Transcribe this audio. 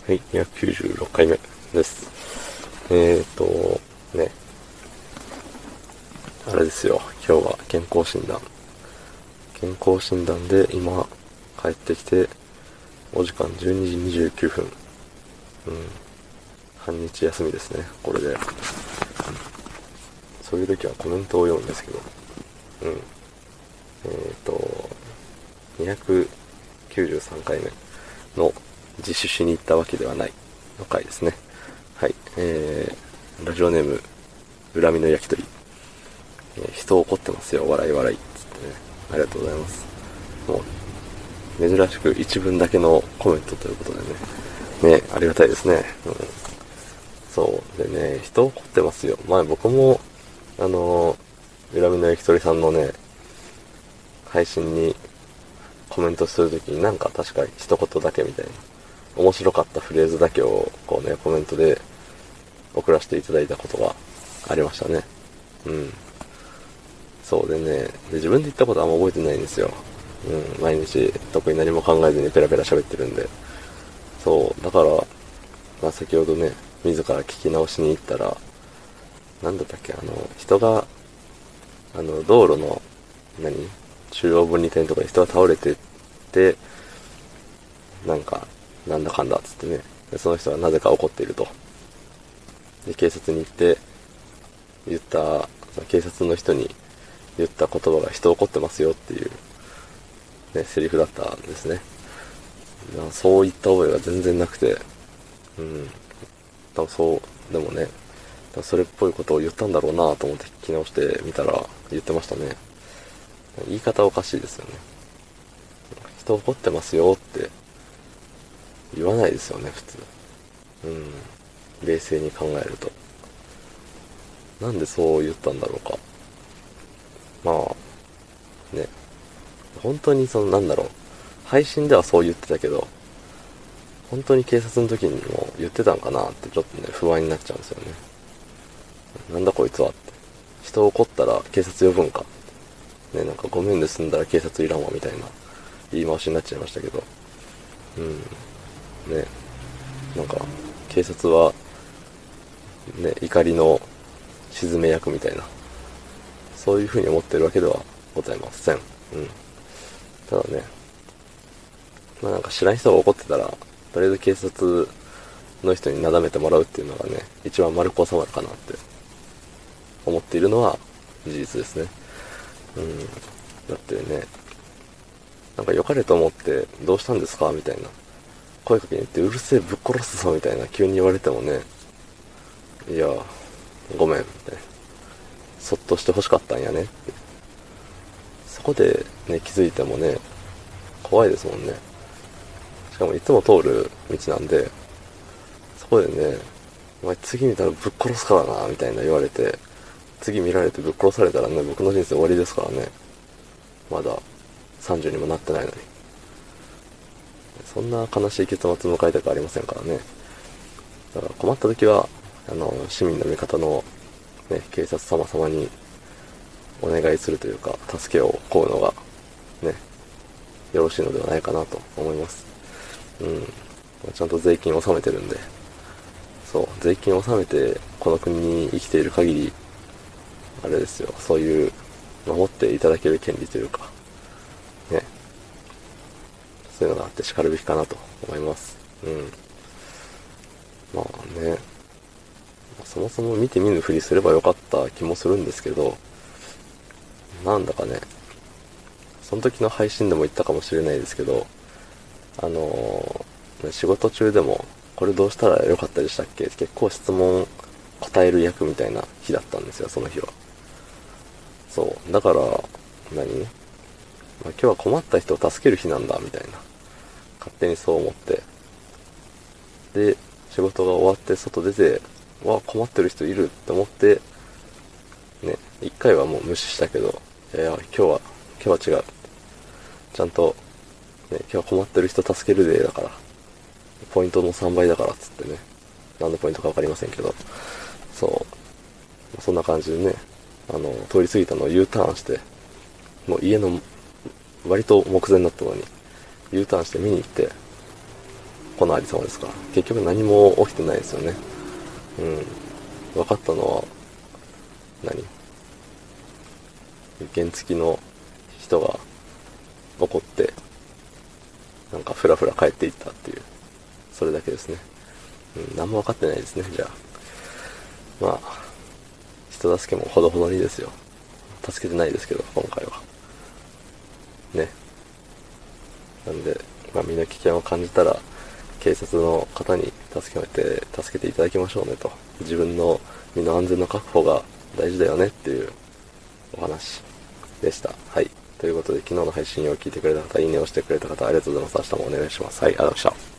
はい、296回目です。ね、あれですよ、今日は健康診断。健康診断で今、帰ってきて、お時間12時29分。半日休みですね、これで。そういう時はコメントを読むんですけど、293回目の自首しに行ったわけではないの回ですね。はい、ラジオネーム、恨みの焼き鳥。人怒ってますよ、笑い笑い。つってね。ありがとうございます。もう、珍しく一文だけのコメントということでね。ね、ありがたいですね。そう。でね、人怒ってますよ。前僕も、恨みの焼き鳥さんのね、配信にコメントするときになんか確か一言だけみたいな、面白かったフレーズだけをこうね、コメントで送らせていただいたことがありましたね。そうでね、で自分で言ったことはあんま覚えてないんですよ。毎日特に何も考えずにペラペラ喋ってるんで。そう、だから、先ほどね、自ら聞き直しに行ったら、なんだったっけ、人が、道路の、中央分離帯とかで人が倒れてって、なんだかんだっつってね、でその人はなぜか怒っていると。で、警察に行って、警察の人に言った言葉が人怒ってますよっていう、ね、セリフだったんですね。そういった覚えが全然なくて、多分そう、でもね、それっぽいことを言ったんだろうなと思って聞き直してみたら言ってましたね。言い方おかしいですよね。人怒ってますよって言わないですよね、普通。冷静に考えると。なんでそう言ったんだろうか。まあ、ね、本当に配信ではそう言ってたけど、本当に警察の時にも言ってたんかなってちょっとね、不安になっちゃうんですよね。なんだこいつはって。人怒ったら警察呼ぶんか。ね、ごめんで済んだら警察いらんわみたいな言い回しになっちゃいましたけど。ね、警察は、ね、怒りの鎮め役みたいな、そういう風に思ってるわけではございません。ただね、知らん人が怒ってたら、とりあえず警察の人になだめてもらうっていうのがね、一番丸く収まるかなって思っているのは事実ですね。だってね、良かれと思ってどうしたんですかみたいな声かけに行って、うるせえぶっ殺すぞみたいな急に言われてもね、いやごめんみたいな、そっとして欲しかったんやねって、そこでね気づいてもね、怖いですもんね。しかもいつも通る道なんで、そこでね、お前次見たらぶっ殺すからなみたいな言われて、次見られてぶっ殺されたらね、僕の人生終わりですからね。まだ30にもなってないのに。そんな悲しい結末迎えたくありませんからね。だから困った時は、市民の味方の、ね、警察様にお願いするというか、助けを請うのが、ね、よろしいのではないかなと思います。ちゃんと税金を納めてるんで、そう、税金を納めて、この国に生きている限り、あれですよ、そういう、守っていただける権利というか、ね、そういうのがあって叱るべきかなと思います。まあね、そもそも見て見ぬふりすればよかった気もするんですけど、なんだかね、その時の配信でも言ったかもしれないですけど、仕事中でも、これどうしたらよかったでしたっけ、結構質問答える役みたいな日だったんですよ、その日は。そう。だから、今日は困った人を助ける日なんだ、みたいな。勝手にそう思って。で、仕事が終わって外出て、困ってる人いるって思って、ね、一回はもう無視したけど、今日は違う。ちゃんと、ね、今日は困ってる人助けるデーだから、ポイントの3倍だからっつってね、何のポイントかわかりませんけど、そう、そんな感じでね、通り過ぎたのを U ターンして、もう家の割と目前だったのに U ターンして見に行って、 このありさまですから、結局何も起きてないですよね。分かったのは、原付の人が怒って、なんかふらふら帰っていったっていう、それだけですね。何も分かってないですね、じゃあ。まあ、人助けもほどほどにですよ。助けてないですけど、今回は。ね。なんで、身の危険を感じたら、警察の方に助けていただきましょうねと。自分の身の安全の確保が大事だよねっていうお話でした。はい。ということで、昨日の配信を聞いてくれた方、いいねをしてくれた方、ありがとうございます。明日もお願いします。はい、ありがとうございました。